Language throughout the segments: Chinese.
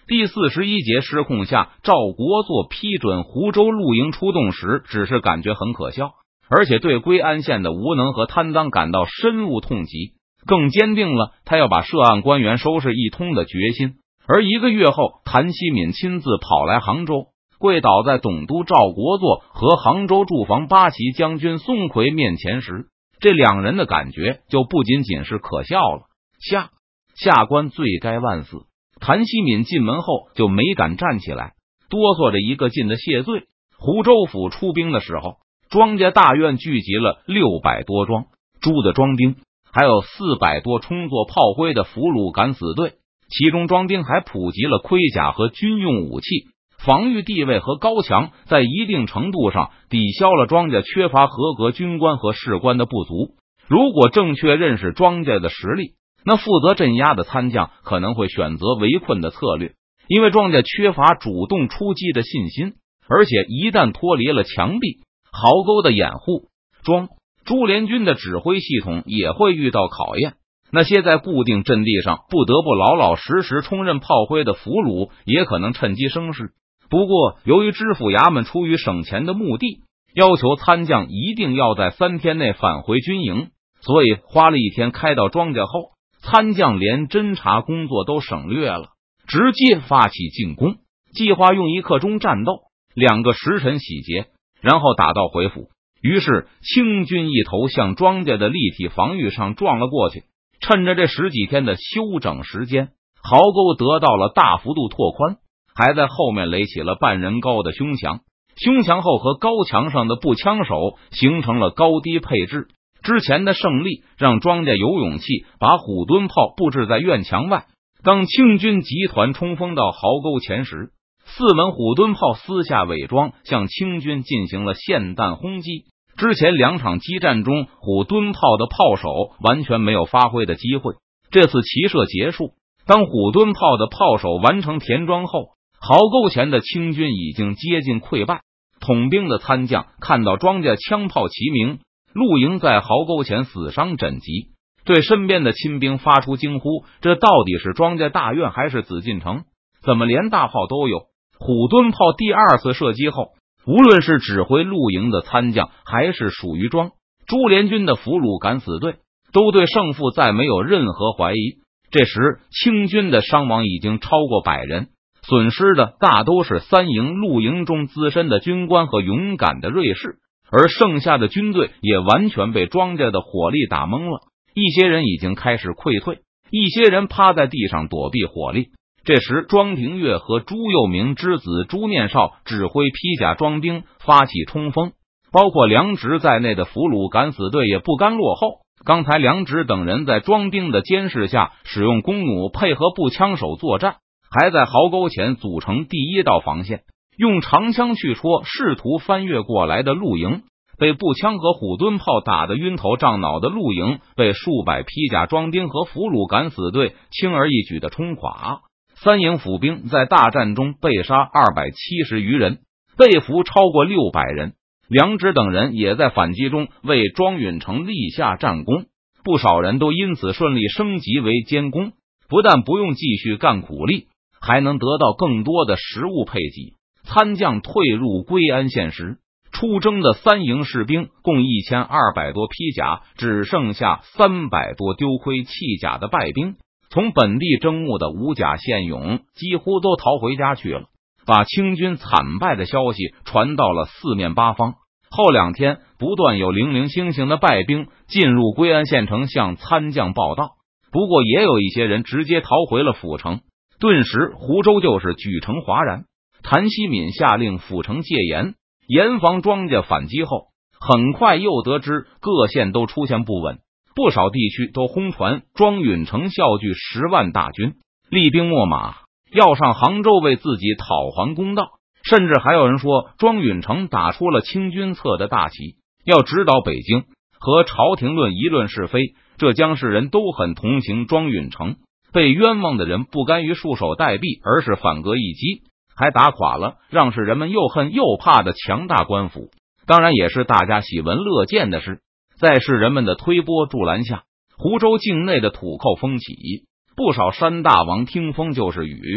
第41节失控下，赵国作批准湖州陆营出动时，只是感觉很可笑，而且对归安县的无能和贪赃感到深恶痛疾，更坚定了他要把涉案官员收拾一通的决心。而1个月后，谭希闵亲自跑来杭州，跪倒在董督赵国作和杭州驻防八旗将军宋奎面前时，这两人的感觉就不仅仅是可笑了。下官罪该万死。谭希闵进门后就没敢站起来，哆嗦着一个劲的谢罪。湖州府出兵的时候，庄家大院聚集了600多庄朱的庄兵，还有400多充作炮灰的俘虏敢死队，其中庄兵还普及了盔甲和军用武器，防御地位和高强，在一定程度上抵消了庄家缺乏合格军官和士官的不足。如果正确认识庄家的实力，那负责镇压的参将可能会选择围困的策略，因为庄家缺乏主动出击的信心，而且一旦脱离了墙壁、壕沟的掩护，朱联军的指挥系统也会遇到考验。那些在固定阵地上不得不老老实实充任炮灰的俘虏，也可能趁机生事。不过，由于知府衙门出于省钱的目的，要求参将一定要在3天内返回军营，所以花了1天开到庄家后，参将连侦察工作都省略了，直接发起进攻。计划用1刻钟战斗，2个时辰洗劫，然后打道回府。于是清军一头向庄家的立体防御上撞了过去。趁着这10几天的休整时间，壕沟得到了大幅度拓宽，还在后面垒起了半人高的胸墙。胸墙后和高墙上的步枪手形成了高低配置。之前的胜利让庄家有勇气把虎墩炮布置在院墙外。当清军集团冲锋到壕沟前时，4门虎墩炮私下伪装向清军进行了霰弹轰击。之前2场激战中，虎墩炮的炮手完全没有发挥的机会。这次齐射结束，当虎墩炮的炮手完成填装后，壕沟前的清军已经接近溃败。统兵的参将看到庄家枪炮齐鸣，陆营在壕沟前死伤枕藉，对身边的亲兵发出惊呼：这到底是庄家大院还是紫禁城？怎么连大炮都有？虎墩炮第2次射击后，无论是指挥陆营的参将，还是属于朱联军的俘虏敢死队，都对胜负再没有任何怀疑。这时清军的伤亡已经超过100人，损失的大都是3营陆营中资深的军官和勇敢的锐士，而剩下的军队也完全被庄家的火力打懵了。一些人已经开始溃退，一些人趴在地上躲避火力。这时庄廷岳和朱佑明之子朱念绍指挥披甲庄兵发起冲锋，包括梁直在内的俘虏敢死队也不甘落后。刚才梁直等人在庄兵的监视下使用弓弩配合步枪手作战，还在壕沟前组成第1道防线，用长枪去戳试图翻越过来的陆营。被步枪和虎墩炮打得晕头胀脑的陆营被数百披甲庄兵和俘虏敢死队轻而易举的冲垮。3营府兵在大战中被杀270余人，被俘超过600人。梁直等人也在反击中为庄允成立下战功，不少人都因此顺利升级为监工，不但不用继续干苦力，还能得到更多的食物配给。参将退入归安县时，出征的3营士兵共1200多披甲，只剩下300多丢盔弃甲的败兵。从本地征募的无甲县勇几乎都逃回家去了，把清军惨败的消息传到了4面8方。后2天，不断有零零星星的败兵进入归安县城向参将报道，不过也有一些人直接逃回了府城。顿时湖州就是举城哗然。谭希闵下令府城戒严，严防庄家反击后，很快又得知各县都出现不稳，不少地区都轰传庄允成校聚10万大军，厉兵秣马，要上杭州为自己讨还公道。甚至还有人说，庄允成打出了清军侧的大旗，要直捣北京，和朝廷论一论是非。浙江士人都很同情庄允成，被冤枉的人不甘于束手待毙，而是反戈一击，还打垮了让士人们又恨又怕的强大官府。当然也是大家喜闻乐见的事，在士人们的推波助澜下，湖州境内的土寇风起，不少山大王听风就是雨，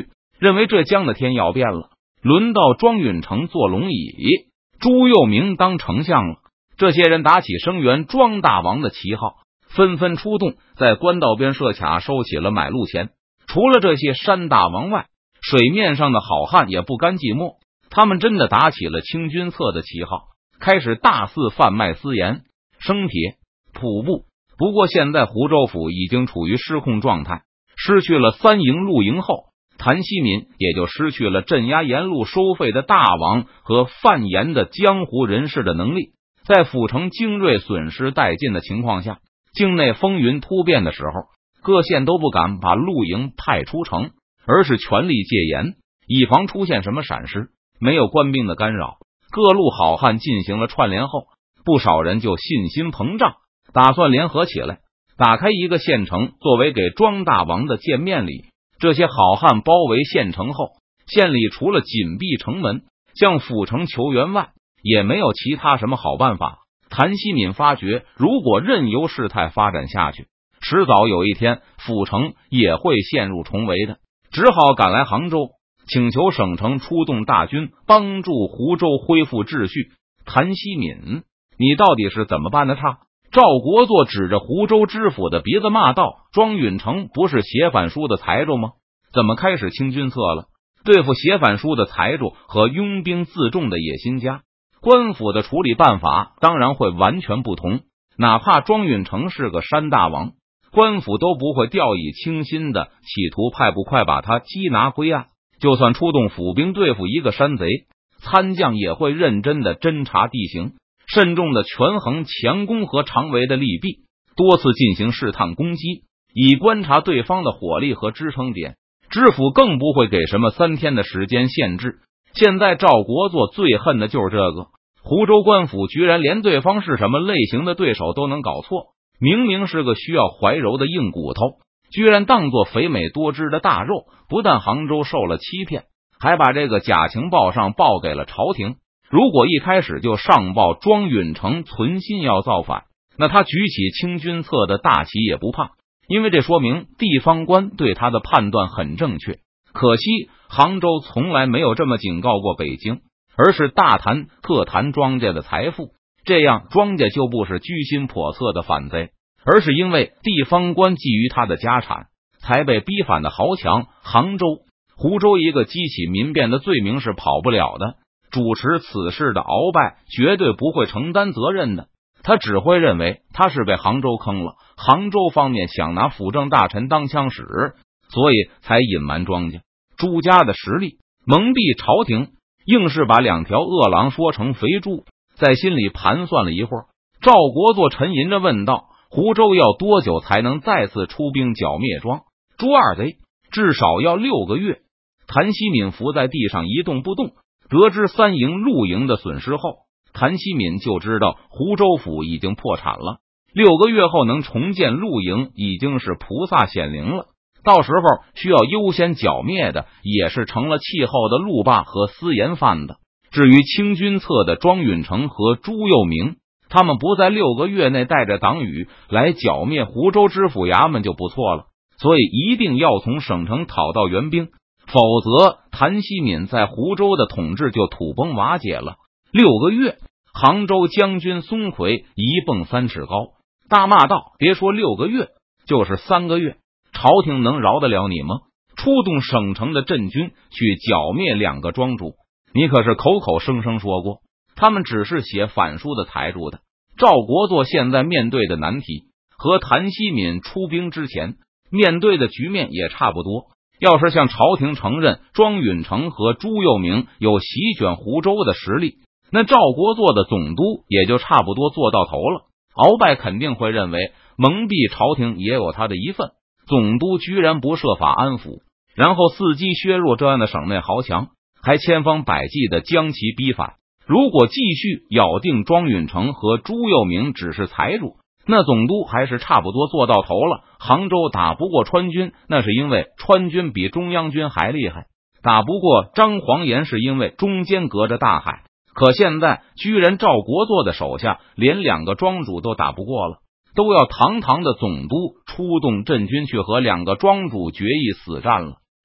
认为这江的天要变了，轮到庄允成坐龙椅，朱佑明当丞相了。这些人打起声援庄大王的旗号，纷纷出动，在官道边设卡收起了买路钱。除了这些山大王外，水面上的好汉也不甘寂寞，他们真的打起了清君侧的旗号，开始大肆贩卖私盐、生铁、瀑布。不过现在湖州府已经处于失控状态，失去了三营露营后，谭锡敏也就失去了镇压沿路收费的大王和贩盐的江湖人士的能力。在府城精锐损失殆尽的情况下，境内风云突变的时候，各县都不敢把露营派出城，而是全力戒严，以防出现什么闪失。没有官兵的干扰，各路好汉进行了串联后，不少人就信心膨胀，打算联合起来，打开一个县城作为给庄大王的见面礼。这些好汉包围县城后，县里除了紧闭城门向府城求援外，也没有其他什么好办法。谭锡敏发觉，如果任由事态发展下去，迟早有一天府城也会陷入重围的，只好赶来杭州，请求省城出动大军帮助湖州恢复秩序。谭锡敏，你到底是怎么办的差？赵国作指着湖州知府的鼻子骂道：庄允成不是写反书的财主吗？怎么开始清君侧了？对付写反书的财主和拥兵自重的野心家，官府的处理办法当然会完全不同。哪怕庄允成是个山大王，官府都不会掉以轻心的企图快不快把他缉拿归案。就算出动府兵对付一个山贼，参将也会认真的侦察地形，慎重的权衡强攻和长围的利弊，多次进行试探攻击，以观察对方的火力和支撑点。知府更不会给什么3天的时间限制。现在赵国作最恨的就是这个，湖州官府居然连对方是什么类型的对手都能搞错。明明是个需要怀柔的硬骨头，居然当作肥美多汁的大肉。不但杭州受了欺骗，还把这个假情报上报给了朝廷。如果一开始就上报庄允成存心要造反，那他举起清君侧的大旗也不怕，因为这说明地方官对他的判断很正确。可惜杭州从来没有这么警告过北京，而是大谈特谈庄家的财富，这样庄家就不是居心叵测的反贼，而是因为地方官觊觎他的家产才被逼反的豪强。杭州、湖州一个激起民变的罪名是跑不了的，主持此事的鳌拜绝对不会承担责任的，他只会认为他是被杭州坑了，杭州方面想拿辅政大臣当枪使，所以才隐瞒庄家朱家的实力，蒙蔽朝廷，硬是把2条恶狼说成肥猪。在心里盘算了一会儿，赵国作沉吟着问道：湖州要多久才能再次出兵剿灭庄朱二贼？至少要6个月。谭锡敏伏在地上一动不动，得知3营露营的损失后，谭锡敏就知道湖州府已经破产了，6个月后能重建露营已经是菩萨显灵了。到时候需要优先剿灭的也是成了气候的路霸和私盐贩子。至于清君侧的庄允成和朱佑明，他们不在6个月内带着党羽来剿灭湖州知府衙门就不错了，所以一定要从省城讨到援兵，否则谭锡敏在湖州的统治就土崩瓦解了。6个月，杭州将军松奎一蹦3尺高，大骂道：别说6个月，就是3个月，朝廷能饶得了你吗？出动省城的镇军去剿灭2个庄主，你可是口口声声说过他们只是写反书的财主的。赵国作现在面对的难题和谭锡敏出兵之前面对的局面也差不多。要是向朝廷承认庄允成和朱佑明有席卷湖州的实力，那赵国作的总督也就差不多做到头了。鳌拜肯定会认为蒙蔽朝廷也有他的一份，总督居然不设法安抚，然后伺机削弱这样的省内豪强，还千方百计的将其逼反。如果继续咬定庄允成和朱佑明只是财主，那总督还是差不多做到头了。杭州打不过川军，那是因为川军比中央军还厉害；打不过张黄岩，是因为中间隔着大海。可现在居然赵国作的手下连2个庄主都打不过了，都要堂堂的总督出动镇军去和2个庄主决一死战了。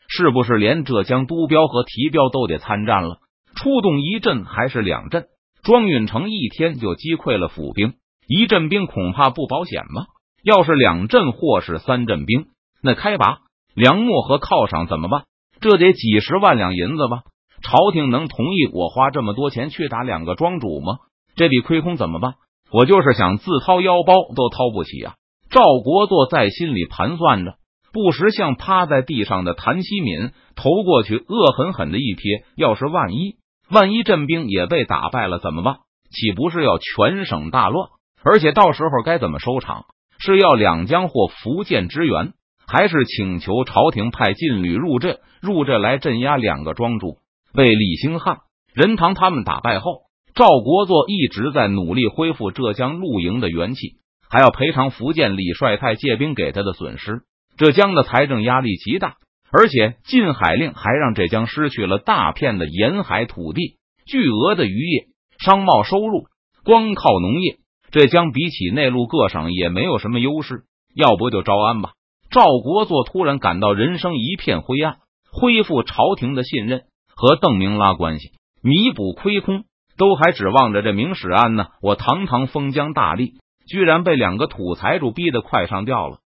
是不是连浙江督标和提标都得参战了？出动一阵还是两阵？庄允成一天就击溃了府兵，一阵兵恐怕不保险吗？要是两阵或是三阵兵，那开拔、粮秣和犒赏怎么办？这得几十万两银子吧？朝廷能同意我花这么多钱去打两个庄主吗？这笔亏空怎么办？我就是想自掏腰包都掏不起啊！赵国作在心里盘算着，不时向趴在地上的谭希敏投过去恶狠狠的一瞥。要是万一镇兵也被打败了怎么办？岂不是要全省大乱？而且到时候该怎么收场？是要两江或福建支援，还是请求朝廷派劲旅入镇来镇压两个庄主？被李兴汉、任堂他们打败后，赵国作一直在努力恢复浙江露营的元气，还要赔偿福建李帅泰借兵给他的损失。浙江的财政压力极大，而且禁海令还让浙江失去了大片的沿海土地、巨额的渔业、商贸收入。光靠农业，浙江比起内陆各省也没有什么优势，要不就招安吧。赵国作突然感到人生一片灰暗，恢复朝廷的信任，和邓明拉关系，弥补亏空，都还指望着这明史案呢。我堂堂封疆大吏，居然被两个土财主逼得快上吊了。